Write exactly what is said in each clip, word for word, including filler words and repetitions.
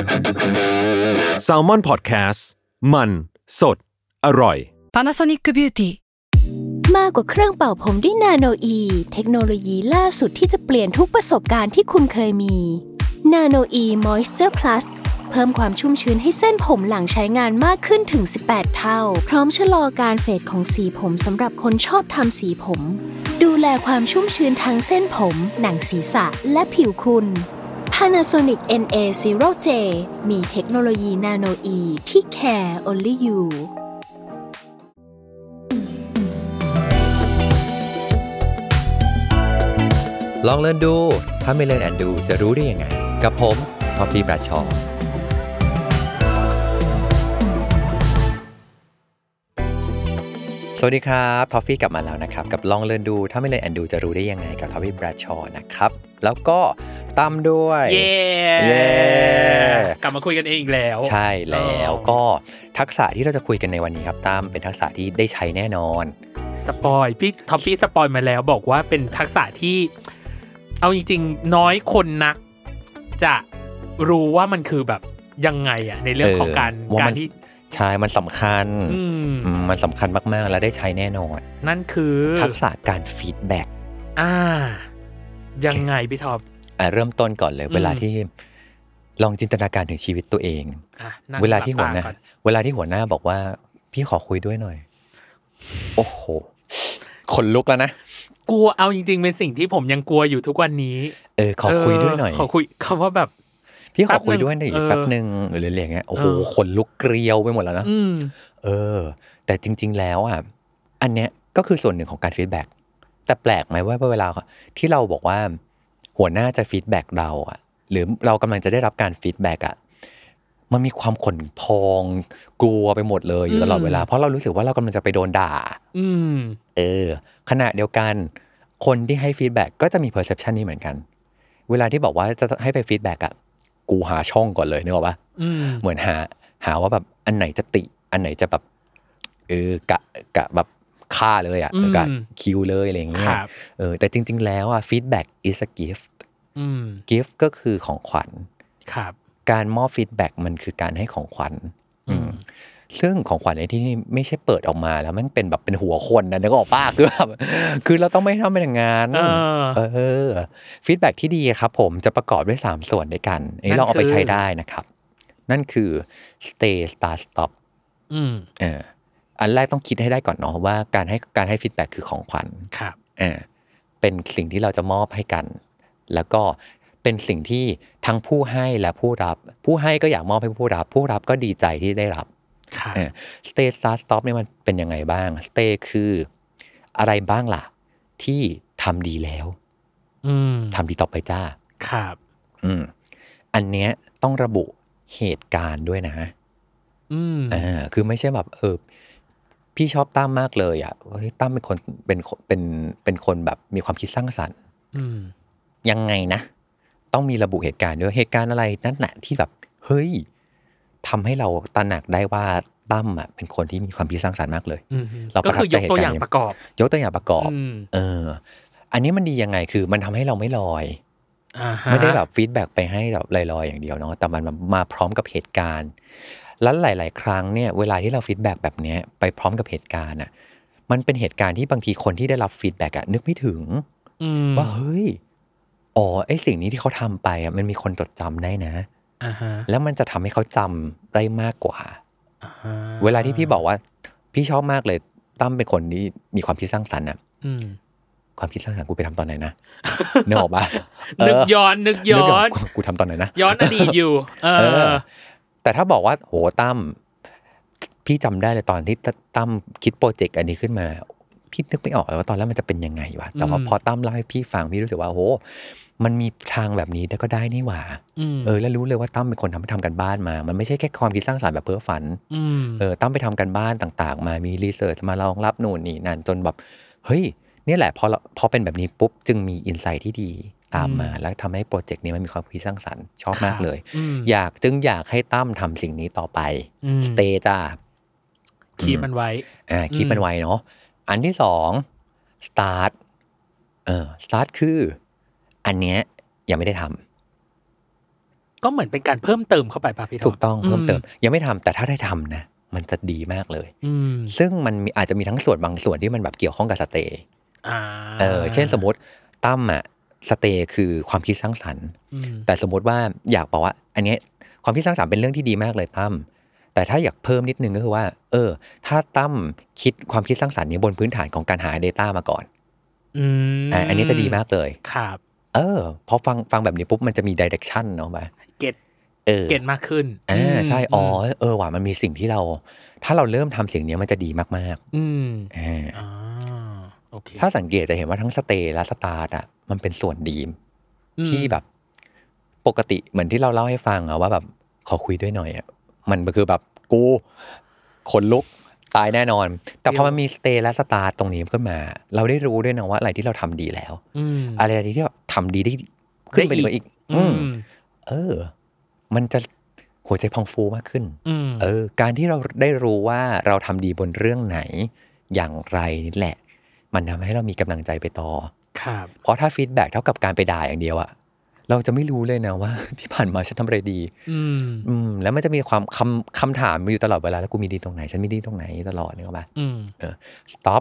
Salmon Podcast มันสดอร่อย Panasonic Beauty มากกว่าเครื่องเป่าผมด้วยนาโนอีเทคโนโลยีล่าสุดที่จะเปลี่ยนทุกประสบการณ์ที่คุณเคยมีนาโนอีมอยส์เจอร์พลัสเพิ่มความชุ่มชื้นให้เส้นผมหลังใช้งานมากขึ้นถึงสิบแปดเท่าพร้อมชะลอการเฟดของสีผมสำหรับคนชอบทำสีผมดูแลความชุ่มชื้นทั้งเส้นผมหนังศีรษะและผิวคุณ Panasonic เอ็น เอ ศูนย์ เจ มีเทคโนโลยีนาโนอีที่ care only you ลองเล่นดูถ้าไม่เล่นแอนดูจะรู้ได้ยังไงกับผมท็อปปี้ปราชญ์สวัสดีครับท็อฟฟี่กลับมาแล้วนะครับกับลองเล่นดูถ้าไม่เล่นแอนดูจะรู้ได้ยังไงกับท็อฟฟี่ปราชญ์นะครับแล้วก็ตามด้วยเย้ yeah! กลับมาคุยกันเองอีกแล้วใช่แล้วก็ทักษะที่เราจะคุยกันในวันนี้ครับตามเป็นทักษะที่ได้ใช้แน่นอนสปอยพี่ท็อปปี้สปอยมาแล้วบอกว่าเป็นทักษะที่เอาจริงๆน้อยคนนักจะรู้ว่ามันคือแบบยังไงอะในเรื่องของการการที่ใช่มันสำคัญมันสำคัญมากๆและได้ใช้แน่นอนนั่นคือทักษะการฟีดแบ็กอ่ายังไงพี่ท็อปอ่าเริ่มต้นก่อนเลยเวลาที่ลองจินตนาการถึงชีวิตตัวเองเวลาที่หัวหน้าเวลาที่หัวหน้าบอกว่าพี่ขอคุยด้วยหน่อยโอ้โหขนลุกแล้วนะกลัวเอาจริงๆเป็นสิ่งที่ผมยังกลัวอยู่ทุกวันนี้เออขอคุยด้วยหน่อยขอคุยคำว่าแบบพี่ขอคุยด้วยหน่อยแป๊บนึงหรืออะไรอย่างเงี้ยโอ้โหขนลุกเกลียวไปหมดแล้วนะเออแต่จริงๆแล้วอ่ะอันเนี้ยก็คือส่วนหนึ่งของการฟีดแบ็กแต่แปลกไหมว่าเวลาที่เราบอกว่าหัวหน้าจะฟีดแบ็กเราอ่ะหรือเรากำลังจะได้รับการฟีดแบ็กอ่ะมันมีความขนพองกลัวไปหมดเลยอยู่ตลอดเวลาเพราะเรารู้สึกว่าเรากำลังจะไปโดนด่าอืมเออขณะเดียวกันคนที่ให้ฟีดแบ็กก็จะมีเพอร์เซพชันนี้เหมือนกันเวลาที่บอกว่าจะให้ไปฟีดแบ็กอ่ะกูหาช่องก่อนเลยนึกออกป่ะเหมือนหาหาว่าแบบอันไหนจะติอันไหนจะแบบเออกะกะแบบฆ่าเลยอ่ะกะคิวเลยอะไรอย่างเงี้ยเออแต่จริงๆแล้วอ่ะ feedback is a gift gift ก็คือของขวัญครับการมอบฟีดแบ็กมันคือการให้ของขวัญซึ่งของขวัญในที่นี่ไม่ใช่เปิดออกมาแล้วมันเป็นแบบเป็นหัวคนนะนึกออกป่ะคือแบบคือเราต้องไม่ทำเป็นอย่างนั้นเออฟีดแบ็กที่ดีครับผมจะประกอบด้วยสามส่วนด้วยกันอันนี้ลองเอาไปใช้ได้นะครับนั่นคือ stay start stop อืมเอออันแรกต้องคิดให้ได้ก่อนเนาะว่าการให้การให้ฟีดแบ็กคือของขวัญครับเออเป็นสิ่งที่เราจะมอบให้กันแล้วก็เป็นสิ่งที่ทั้งผู้ให้และผู้รับผู้ให้ก็อยากมอบให้ผู้รับผู้รับก็ดีใจที่ได้รับเออ stay start stop เนี่ยมันเป็นยังไงบ้าง stay คืออะไรบ้างล่ะที่ทำดีแล้วทำดีต่อไปจ้าครับอืมอันเนี้ยต้องระบุเหตุการณ์ด้วยนะอืมอ่าคือไม่ใช่แบบเออพี่ชอบตั้มมากเลยอ่ะเฮ้ยตั้มเป็นคนเป็นเป็นเป็นคนแบบมีความคิดสร้างสรรค์ยังไงนะต้องมีระบุเหตุการณ์ด้วยเหตุการณ์อะไรนั่นแหละที่แบบเฮ้ยทำให้เราตระหนักได้ว่าตั้มอ่ะเป็นคนที่มีความคิดสร้างสรรค์มากเลยเราก็คือยกตัวอย่างประกอบยกตัวอย่างประกอบเอออันนี้มันดียังไงคือมันทำให้เราไม่ลอยไม่ได้แบบฟีดแบ็กไปให้แบบลอยๆอย่างเดียวเนาะแต่มันมาพร้อมกับเหตุการณ์แล้วหลายๆครั้งเนี่ยเวลาที่เราฟีดแบ็กแบบนี้ไปพร้อมกับเหตุการณ์อ่ะมันเป็นเหตุการณ์ที่บางทีคนที่ได้รับฟีดแบ็กอ่ะนึกไม่ถึงว่าเฮ้ยอ๋อไอ้สิ่งนี้ที่เขาทำไปอ่ะมันมีคนจดจำได้นะแล้วมันจะทำให้เขาจำได้มากกว่าเวลาที่พี่บอกว่าพี่ชอบมากเลยตั้มเป็นคนที่มีความคิดสร้างสรรค์อ่ะความคิดสร้างสรรค์กูไปทำตอนไหนนะนึกออกปะนึกย้อนนึกย้อนกูทำตอนไหนนะย้อนอดีตอยู่เออแต่ถ้าบอกว่าโหตั้มพี่จำได้เลยตอนที่ตั้มคิดโปรเจกต์อันนี้ขึ้นมาพี่นึกไม่ออกเลยว่าตอนแรกมันจะเป็นยังไงวะแต่ว่าพอตั้มเล่าให้พี่ฟังพี่รู้สึกว่าโหมันมีทางแบบนี้แต่ก็ได้นี่หว่าเออแล้วรู้เลยว่าตั้มเป็นคนทำไปทำกันบ้านมามันไม่ใช่แค่ความคิดสร้างสรรค์แบบเพ้อฝันเออตั้มไปทำกันบ้านต่างๆมามีรีเสิร์ชมารองรับนู่นนี่นั่นจนแบบเฮ้ยนี่แหละพอพอเป็นแบบนี้ปุ๊บจึงมีอินไซต์ที่ดีตามมาแล้วทำให้โปรเจกต์นี้มันมีความคิดสร้างสรรค์ชอบมากเลยอยากจึงอยากให้ตั้มทำสิ่งนี้ต่อไปสเตย์จ้าคีปมันไว้อ่าคีปมันไว้เนาะอันที่สองสตาร์ทเออสตาร์ทคืออันเนี้ยยังไม่ได้ทก็เหมือนเป็นการเพิ่มเติมเข้าไปป่ะพี่ท็อปถูกต้องเพิ่มเติมยังไม่ทำแต่ถ้าได้ทำนะมันจะดีมากเลยซึ่งมันอาจจะมีทั้งส่วนบางส่วนที่มันแบบเกี่ยวข้องกับสเตย์เออเช่นสมมติตั้มอ่ะสเตย์คือความคิดสร้างสรรค์แต่สมมติว่าอยากบอกว่าอันนี้ความคิดสร้างสรรค์เป็นเรื่องที่ดีมากเลยตั้มแต่ถ้าอยากเพิ่มนิดนึงก็คือว่าเออถ้าตั้มคิดความคิดสร้างสรรค์นี้บนพื้นฐานของการหา data มาก่อนอืมอันนี้จะดีมากเลยครับเออพอฟังฟังแบบนี้ปุ๊บมันจะมี direction เนาะป่ะเก็ตเออเก็ตมากขึ้นอ่าใช่อ๋อเออว่ะมันมีสิ่งที่เราถ้าเราเริ่มทำสิ่งนี้มันจะดีมากๆอืมอ่าโอเคถ้าสังเกตจะเห็นว่าทั้งสเตย์และสตาร์ทอ่ะมันเป็นส่วนดีที่แบบปกติเหมือนที่เราเล่าให้ฟังอะว่าแบบขอคุยด้วยหน่อยอ่ะมันคือแบบกูขนลุกตายแน่นอนแต่พอมันมีสเตย์และสตาร์ทตรงนี้ขึ้นมาเราได้รู้ด้วยนะว่าอะไรที่เราทำดีแล้วอะไรที่แบบทำดีได้ขึ้นไปอีกอืมเออมันจะหัวใจพองฟูมากขึ้นเออการที่เราได้รู้ว่าเราทำดีบนเรื่องไหนอย่างไรนี่แหละมันทำให้เรามีกำลังใจไปต่อครับเพราะถ้าฟีดแบ็กเท่ากับการไปด่าอย่างเดียวอะเราจะไม่รู้เลยนะว่าที่ผ่านมาฉันทำอะไรดีอืมอืมแล้วมันจะมีความคำคำถามอยู่ตลอดเวลาแล้วกูมีดีตรงไหนฉันมีดีตรงไหนตลอดเนี่ยป่ะอืมเออ stop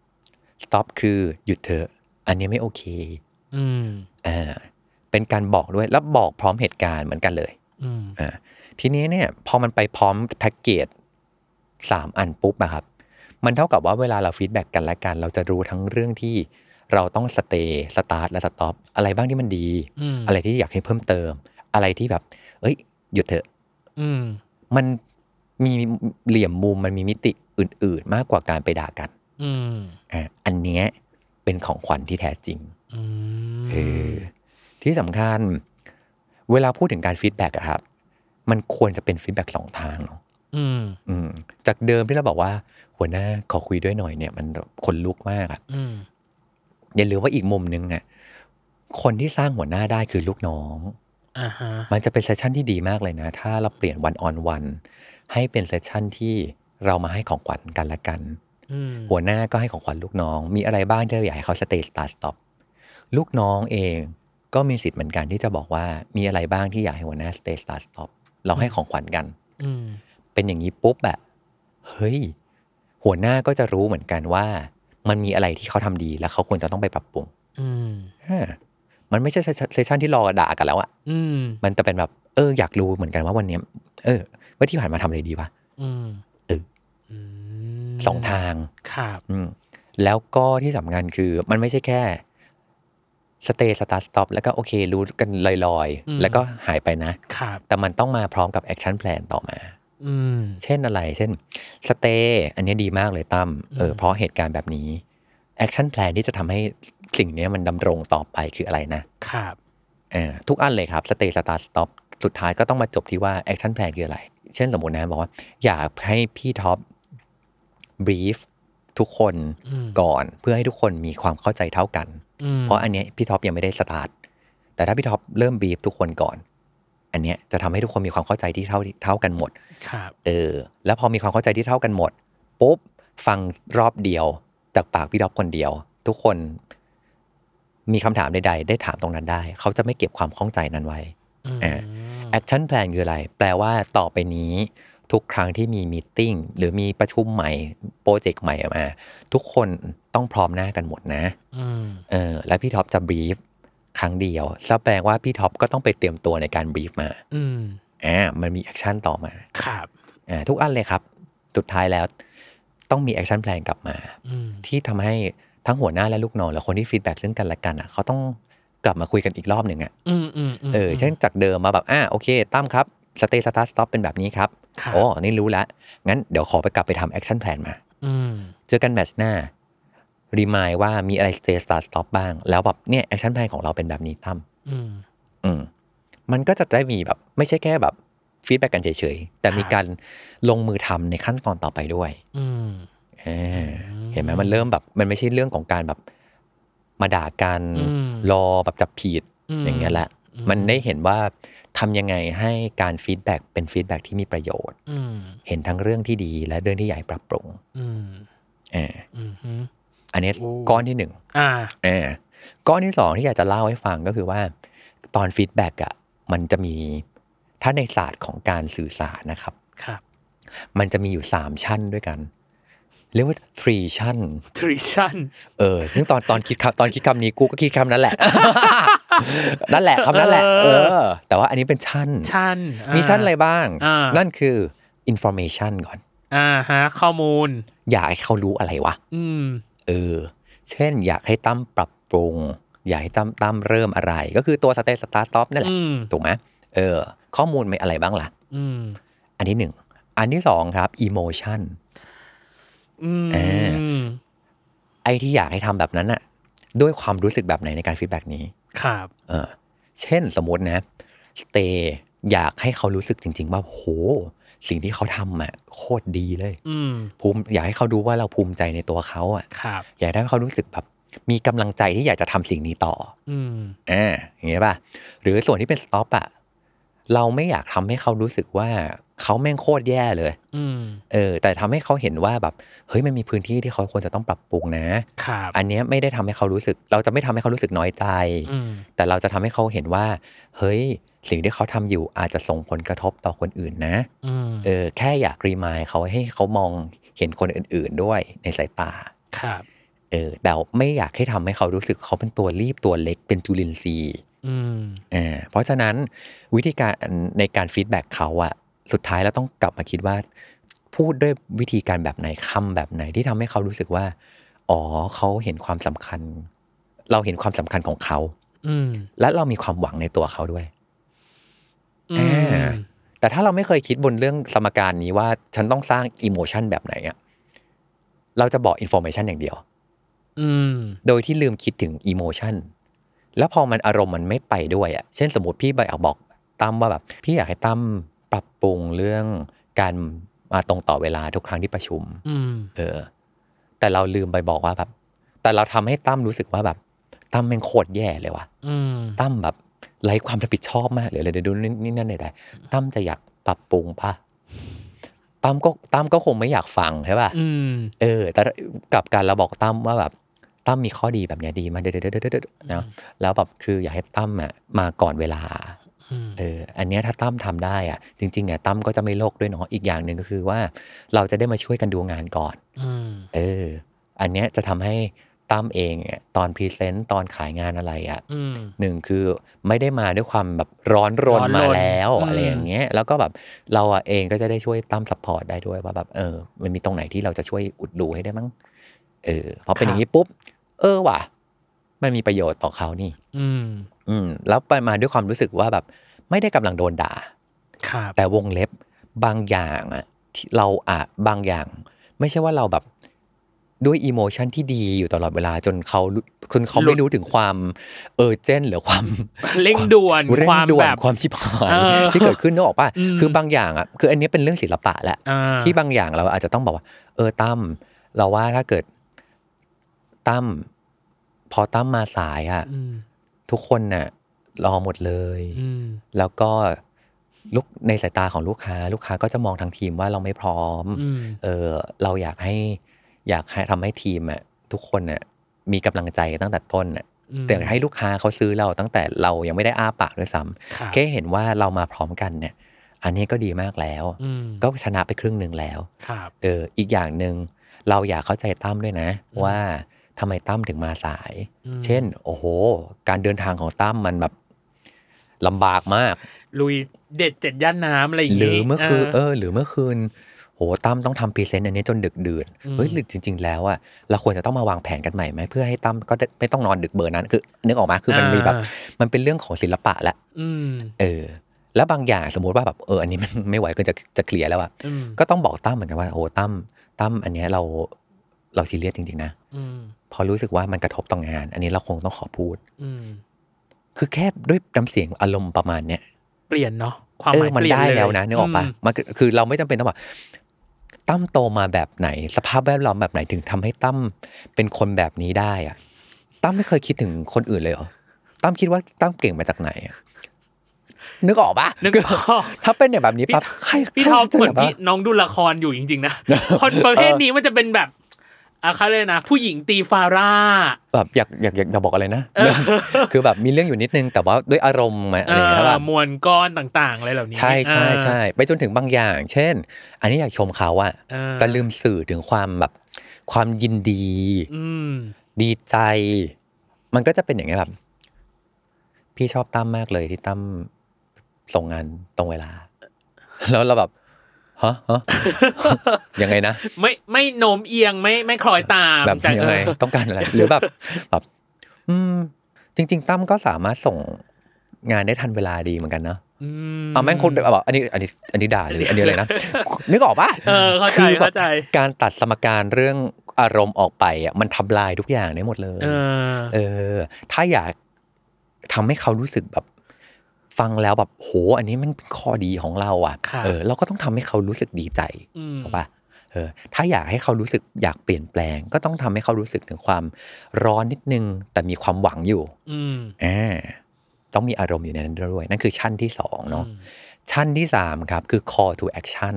stop คือหยุดเถอะอันนี้ไม่โอเคอืมอ่าเป็นการบอกด้วยแล้วบอกพร้อมเหตุการณ์เหมือนกันเลยอืมอ่าทีนี้เนี่ยพอมันไปพร้อมแพ็กเกจสามอันปุ๊บอะครับมันเท่ากับว่าเวลาเราฟีดแบ็กกันและกันเราจะรู้ทั้งเรื่องที่เราต้องสเตย์สตาร์ทและสต็อปอะไรบ้างที่มันดีอะไรที่อยากให้เพิ่มเติมอะไรที่แบบเอ้ยหยุดเถอะมันมีเหลี่ยมมุมมันมีมิติอื่นๆมากกว่าการไปด่ากันอ่าอันเนี้ยเป็นของขวัญที่แท้จริงเออที่สำคัญเวลาพูดถึงการฟีดแบ็กอะครับมันควรจะเป็นฟีดแบ็กสองทางเนาะจากเดิมที่เราบอกว่าหัวหน้าขอคุยด้วยหน่อยเนี่ยมันขนลุกมากอะอย่าลืมว่าอีกมุมนึงอ่ะคนที่สร้างหัวหน้าได้คือลูกน้องอ่าฮะมันจะเป็นเซสชั่นที่ดีมากเลยนะถ้าเราเปลี่ยนวันออนวันให้เป็นเซสชั่นที่เรามาให้ของขวัญกันละกันหัวหน้าก็ให้ของขวัญลูกน้องมีอะไรบ้างที่เราอยากให้เขาสเตย์สตาร์ทสต็อปลูกน้องเองก็มีสิทธิ์เหมือนกันที่จะบอกว่ามีอะไรบ้างที่อยากให้หัวหน้าสเตย์สตาร์ทสต็อปเราให้ของขวัญกันเป็นอย่างนี้ปุ๊บแบบเฮ้ยหัวหน้าก็จะรู้เหมือนกันว่ามันมีอะไรที่เขาทำดีแล้วเขาควรจะต้องไปปรับปรุงมันไม่ใช่เซสชันที่รอด่ากันแล้วอ่ะมันจะเป็นแบบเอออยากรู้เหมือนกันว่าวันนี้เออว่าที่ผ่านมาทำอะไรดีวะเออสองทางครับแล้วก็ที่สำคัญคือมันไม่ใช่แค่สเตย์สตาร์ทสต็อปแล้วก็โอเครู้กันลอยๆแล้วก็หายไปนะแต่มันต้องมาพร้อมกับแอคชั่นแพลนต่อมาเช่นอะไรเช่นสเตย์อันนี้ดีมากเลยตั้มเออเพราะเหตุการณ์แบบนี้แอคชั่นแพลนที่จะทำให้สิ่งนี้มันดำรงต่อไปคืออะไรนะครับอ่าทุกอันเลยครับสเตย์สตาร์ทสต็อปสุดท้ายก็ต้องมาจบที่ว่าแอคชั่นแพลนคืออะไรเช่นสมมตินะบอกว่าอยากให้พี่ท็อปบรีฟทุกคนก่อนเพื่อให้ทุกคนมีความเข้าใจเท่ากันเพราะอันนี้พี่ท็อปยังไม่ได้สตาร์ทแต่ถ้าพี่ท็อปเริ่มบรีฟทุกคนก่อนอันเนี้ยจะทำให้ทุกคนมีความเข้าใจที่เท่าเท่ากันหมดครับเออแล้วพอมีความเข้าใจที่เท่ากันหมดปุ๊บฟังรอบเดียวจากปากพี่ท็อปคนเดียวทุกคนมีคำถามใดๆได้ถามตรงนั้นได้เขาจะไม่เก็บความข้องใจนั้นไว้อ่าแอคชั่นแพลนคืออะไรแปลว่าต่อไปนี้ทุกครั้งที่มีมีตติ้งหรือมีประชุมใหม่โปรเจกต์ใหม่มาทุกคนต้องพร้อมหน้ากันหมดนะเออแล้วพี่ท็อปจะบรีฟครั้งเดียวแปลว่าพี่ท็อปก็ต้องไปเตรียมตัวในการบรีฟมาอ่ามันมีแอคชั่นต่อมาครับอ่าทุกอันเลยครับสุดท้ายแล้วต้องมีแอคชั่นแพลนกลับมาที่ทำให้ทั้งหัวหน้าและลูกน้องและคนที่ฟีดแบ็กซึ่งกันและกันอ่ะเขาต้องกลับมาคุยกันอีกรอบหนึ่งอ่ะเออเช่นจากเดิมมาแบบอ่าโอเคตั้มครับสเตย์สตาร์ทสต็อปเป็นแบบนี้ครับโอ้นี่รู้แล้วงั้นเดี๋ยวขอไปกลับไปทำแอคชั่นแพลนมาเจอกันแมตช์หน้ารีมายว่ามีอะไรสเตย์สตาร์ทสต็อปบ้างแล้วแบบเนี่ยแอคชั่นแพลนของเราเป็นแบบนี้ตั้มอืมมันก็จะได้มีแบบไม่ใช่แค่แบบฟีดแบ็กกันเฉยๆแต่มีการลงมือทำในขั้นตอนต่อไปด้วยเห็นไหมมันเริ่มแบบมันไม่ใช่เรื่องของการแบบมาด่ากันรอแบบจับผิดอย่างเงี้ยแหละมันได้เห็นว่าทำยังไงให้การฟีดแบ็กเป็นฟีดแบ็กที่มีประโยชน์เห็นทั้งเรื่องที่ดีและเรื่องที่อยากปรับปรุงอ่าอันนี้ก้อนที่หนึ่งอ่าอ่าก้อนที่สองที่อยากจะเล่าให้ฟังก็คือว่าตอนฟีดแบ็กอ่ะมันจะมีถ้าในศาสตร์ของการสื่อสารนะครับครับมันจะมีอยู่สามชั้นด้วยกันเรียกว่า three ชั้น three ชั้นเออซึ่งตอนตอนคิดคำตอนคิดคำนี้กูก็คิดคำนั้นแหละ นั่นแหละคำนั้นแหละเออแต่ว่าอันนี้เป็นชั้นชั้นมีชั้นอะไรบ้างนั่นคือ information ก่อนอ่าฮะข้อมูลอยากให้เขารู้อะไรวะอืมเออเช่นอยากให้ตั้มปรับปรุงอยากให้ตั้มตั้มเริ่มอะไรก็คือตัวสเตตสตาร์ทต็อปนั่นแหละถูกไหมเออข้อมูลมีอะไรบ้างล่ะอืมอันที่หนึ่งอันที่สองครับ emotion อืมเออไอ้ที่อยากให้ทำแบบนั้นน่ะด้วยความรู้สึกแบบไหนในการฟีดแบ็กนี้ครับเออเช่นสมมตินะสเตย์อยากให้เขารู้สึกจริงๆว่าโหสิ่งที่เขาทำอ่ะโคตรดีเลยภูมิอยากให้เขาดูว่าเราภูมิใจในตัวเขาอ่ะอยากให้เขารู้สึกแบบมีกำลังใจที่อยากจะทำสิ่งนี้ต่ออ่าอย่างเงี้ยป่ะหรือส่วนที่เป็นสต็อปอ่ะเราไม่อยากทำให้เขารู้สึกว่าเขาแม่งโคตรแย่เลยเออแต่ทำให้เขาเห็นว่าแบบเฮ้ยมันมีพื้นที่ที่เขาควรจะต้องปรับปรุงนะอันนี้ไม่ได้ทำให้เขารู้สึกเราจะไม่ทำให้เขารู้สึกน้อยใจแต่เราจะทำให้เขาเห็นว่าเฮ้ยสิ่งที่เขาทำอยู่อาจจะส่งผลกระทบต่อคนอื่นนะเออแค่อยากรีมายเขาให้เขามองเห็นคนอื่นๆด้วยในสายตาครับเออแต่ไม่อยากให้ทำให้เขารู้สึกเขาเป็นตัวรีบตัวเล็กเป็นจุลินทรีย์อ่าเพราะฉะนั้นวิธีการในการฟีดแบ็กเขาอะสุดท้ายเราต้องกลับมาคิดว่าพูดด้วยวิธีการแบบไหนคำแบบไหนที่ทำให้เขารู้สึกว่าอ๋อเขาเห็นความสำคัญเราเห็นความสำคัญของเขาและเรามีความหวังในตัวเขาด้วยแต่ถ้าเราไม่เคยคิดบนเรื่องสมการนี้ว่าฉันต้องสร้างอิโมชันแบบไหนอะเราจะบอกอินโฟเมชันอย่างเดียวโดยที่ลืมคิดถึงอิโมชันแล้วพอมันอารมณ์มันไม่ไปด้วยอะเช่นสมมติพี่อยากบอกตั้มว่าแบบพี่อยากให้ตั้มปรับปรุงเรื่องการมาตรงต่อเวลาทุกครั้งที่ประชุมเออแต่เราลืมไปบอกว่าแบบแต่เราทำให้ตั้มรู้สึกว่าแบบตั้มแม่งโคตรแย่เลยว่ะตั้มแบบไร้ความรับผิดชอบมากเลยเลยเดี๋ยวดูนี่นั่นใดๆตั้มจะอยากปรับปรุงป่ะตั้มก็ตั้มก็คงไม่อยากฟังใช่ป่ะเออแต่กับการเราบอกตั้มว่าแบบตั้มมีข้อดีแบบนี้ดีมาเด็ดๆๆๆนะแล้วแบบคืออยากให้ตั้มอ่ะมาก่อนเวลาเอออันนี้ถ้าตั้มทำได้อ่ะจริงๆเนี่ยตั้มก็จะไม่โลกด้วยเนาะอีกอย่างหนึ่งก็คือว่าเราจะได้มาช่วยกันดูงานก่อนเอออันเนี้ยจะทำให้ตั้มเองเนี่ยตอนพรีเซนต์ตอนขายงานอะไรอ่ะหนึ่งคือไม่ได้มาด้วยความแบบร้อนรนมาแล้วอะไรอย่างเงี้ยแล้วก็แบบเราอ่ะเองก็จะได้ช่วยตั้มซัพพอร์ตได้ด้วยว่าแบบเออมันมีตรงไหนที่เราจะช่วยอุดรูให้ได้มั้งเออพอเป็นอย่างนี้ปุ๊บเออว่ะมันมีประโยชน์ต่อเขานี่อืมอืมแล้วไปมาด้วยความรู้สึกว่าแบบไม่ได้กำลังโดนด่าแต่วงเล็บบางอย่างอ่ะเราอ่ะบางอย่างไม่ใช่ว่าเราแบบด้วยอีโมชันที่ดีอยู่ตลอดเวลาจนเขาคุณเขาไม่รู้ถึงความเออเจนหรือความเร่งด่วนความแบบความชิบหายที่เกิดขึ้นนึกออกป่ะคือบางอย่างอ่ะคืออันนี้เป็นเรื่องศิลปะแหละที่บางอย่างเราอาจจะต้องบอกว่าเออตั้มเราว่าถ้าเกิดตั้มพอตั้มมาสายอ่ะทุกคนน่ะรอหมดเลยแล้วก็ลูกในสายตาของลูกค้าลูกค้าก็จะมองทางทีมว่าเราไม่พร้อมเออเราอยากให้อยากให้ทำให้ทีมอ่ะทุกคนน่ะมีกำลังใจตั้งแต่ต้นน่ะแต่ให้ลูกค้าเขาซื้อเราตั้งแต่เรายังไม่ได้อ้าปากด้วยซ้ำแค่เห็นว่าเรามาพร้อมกันเนี่ยอันนี้ก็ดีมากแล้วก็ชนะไปครึ่งนึงแล้วเอออีกอย่างนึงเราอยากเข้าใจตั้มด้วยนะว่าทำไมตั้มถึงมาสายเช่นโอ้โหการเดินทางของตั้มมันแบบลำบากมากลุยเด็ดเจ็ดย่านน้ำอะไรอย่างงี้หรือเมื่อคืนเออหรือเมื่อคืนโหตั้มต้องทำพรีเซนต์อันนี้จนดึกดื่นเฮ้ยหรือจริงๆแล้วอ่ะเราควรจะต้องมาวางแผนกันใหม่ไหมเพื่อให้ตั้มก็ไม่ต้องนอนดึกเบอร์นั้นคือนึกออกมาคือมันมีแบบมันเป็นเรื่องของศิลปะละเออแล้วบางอย่างสมมติว่าแบบเอออันนี้มันไม่ไหวก็จะจะเคลียร์แล้วอ่ะก็ต้องบอกตั้มเหมือนกันว่าโอ้ตั้มตั้มอันนี้เราเราซีเรียสจริงๆนะพอรู้สึกว่ามันกระทบต่องานอันนี้เราคงต้องขอพูดคือแค่ด้วยน้ำเสียงอารมณ์ประมาณเนี้ยเปลี่ยนเนาะความหมายเปลี่ยนเลยมันได้แล้วนะนึกออกปะมันคือเราไม่จำเป็นต้องบอกตั้มโตมาแบบไหนสภาพแวดล้อมแบบไหนถึงทำให้ตั้มเป็นคนแบบนี้ได้อะตั้มไม่เคยคิดถึงคนอื่นเลยเหรอตั้มคิดว่าตั้มเก่งมาจากไหนนึกออกปะนึกออกถ้าเป็นอย่างแบบนี้ปั๊บใครพี่ทอมเหมือนพี่น้องดูละครอยู่จริงๆนะคนประเภทนี้มันจะเป็นแบบอ่ะเขาเลยนะผู้หญิงตีฟาร่าแบบอยากอยากอยากบอกอะไรนะคือแบบมีเรื่องอยู่นิดนึงแต่ว่าด้วยอารมณ์อะไรอย่างเงี้ยแบบมวลก้อนต่างๆอะไรเหล่านี้ใช่ใช่ใช่ไปจนถึงบางอย่างเช่นอันนี้อยากชมเขาอะแต่ลืมสื่อถึงความแบบความยินดีดีใจมันก็จะเป็นอย่างเงี้ยแบบพี่ชอบตั้มมากเลยที่ตั้มส่งงานตรงเวลาแล้วเราแบบฮะฮะยังไงนะไม่ไม่โน้มเอียงไม่ไม่คล้อยตามแบบยังไงต้องการอะไรหรือแบบแบบอืมจริงๆตั้มก็สามารถส่งงานได้ทันเวลาดีเหมือนกันเนาะเอาแม่งคนแบบอันนี้อันนี้อันนี้ด่าหรืออันนี้อะไรนะนึกออกป่ะเออเข้าใจเข้าใจการตัดสมการเรื่องอารมณ์ออกไปอ่ะมันทำลายทุกอย่างได้หมดเลยเออถ้าอยากทำให้เขารู้สึกแบบฟังแล้วแบบโหอันนี้มันข้อดีของเราอ่ะเออเราก็ต้องทำให้เขารู้สึกดีใจถูกป่ะเออถ้าอยากให้เขารู้สึกอยากเปลี่ยนแปลงก็ต้องทำให้เขารู้สึกถึงความร้อนนิดนึงแต่มีความหวังอยู่อ่าต้องมีอารมณ์อยู่ในนั้นด้วยนั่นคือชั้นที่สองเนาะชั้นที่สามครับคือ call to action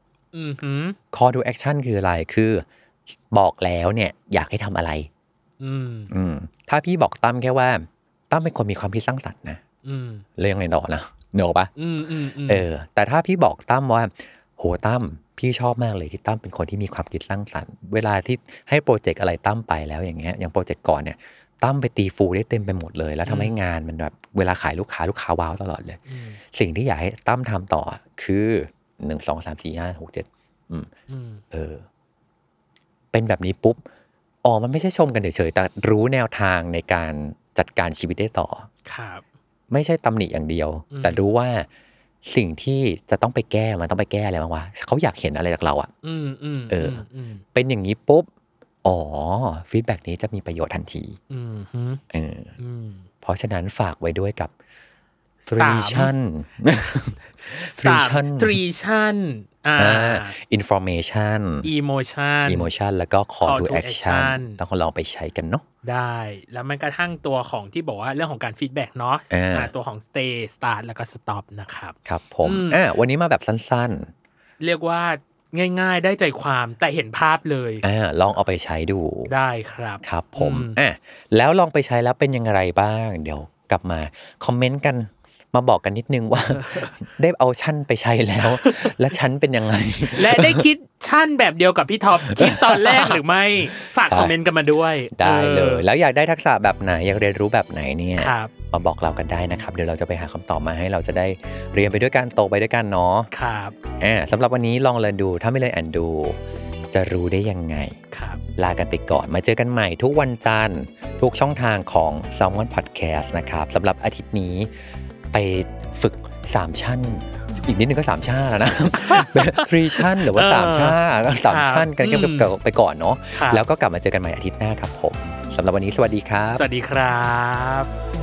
call to action คืออะไรคือบอกแล้วเนี่ยอยากให้ทำอะไรอืมถ้าพี่บอกตั้มแค่ว่าตั้มเป็นคนมีความคิดสร้างสรรค์นะเรื่องอะไรต่อนะเนอะปะเออแต่ถ้าพี่บอกตั้มว่าโหตั้มพี่ชอบมากเลยที่ตั้มเป็นคนที่มีความคิดสร้างสรรค์เวลาที่ให้โปรเจกต์อะไรตั้มไปแล้วอย่างเงี้ยอย่างโปรเจกต์ก่อนเนี่ยตั้มไปตีฟูได้เต็มไปหมดเลยแล้วทำให้งานมันแบบเวลาขายลูกค้าลูกค้าว้าวตลอดเลยสิ่งที่อยากให้ตั้มทำต่อคือหนึ่งสองสามสี่ห้าหกเจ็ดอืมเออเป็นแบบนี้ปุ๊บอ๋อมันไม่ใช่ชมกันเฉยๆแต่รู้แนวทางในการจัดการชีวิตได้ต่อครับไม่ใช่ตำหนิอย่างเดียวแต่รู้ว่าสิ่งที่จะต้องไปแก้มันต้องไปแก้อะไรบ้างวะเขาอยากเห็นอะไรจากเราอ่ะเออเป็นอย่างนี้ปุ๊บอ๋อฟีดแบ็กนี้จะมีประโยชน์ทันทีเออเพราะฉะนั้นฝากไว้ด้วยกับทรีชั่นทรีชั่นทรีชั่นอ่า information emotion emotion แล้วก็ call to action ต้องลองไปใช้กันเนาะได้แล้วมันกระทั่งตัวของที่บอกว่าเรื่องของการฟีดแบ็กเนาะตัวของ stay start แล้วก็ stop นะครับครับผมอ่าวันนี้มาแบบสั้นๆเรียกว่าง่ายๆได้ใจความแต่เห็นภาพเลยอ่าลองเอาไปใช้ดูได้ครับครับผมอ่ะแล้วลองไปใช้แล้วเป็นยังไงบ้างเดี๋ยวกลับมาคอมเมนต์กันมาบอกกันนิดนึงว่าได้เอาชั่นไปใช้แล้วและชั้นเป็นยังไงและได้คิดชั่นแบบเดียวกับพี่ท็อปคิดตอนแรกหรือไม่ฝากคอมเมนต์กันมาด้วยได้เลยแล้วอยากได้ทักษะแบบไหนอยากเรียนรู้แบบไหนเนี่ยมาบอกเรากันได้นะครับเดี๋ยวเราจะไปหาคำตอบมาให้เราจะได้เรียนไปด้วยกันโตไปด้วยกันเนาะครับอ่าสำหรับวันนี้ลองเรียนดูถ้าไม่เลยอ่านดูจะรู้ได้ยังไงครับลากันไปก่อนมาเจอกันใหม่ทุกวันจันทร์ทุกช่องทางของ Salmon Podcast นะครับสำหรับอาทิตย์นี้ไปฝึกสามชั้นอีกนิดนึงก็สามชาแล้วนะทรีชั้นหรือว่าสามชาก็สามชั้นกันไปก่อนเนาะแล้วก็กลับมาเจอกันใหม่อาทิตย์หน้าครับผมสำหรับวันนี้สวัสดีครับสวัสดีครับ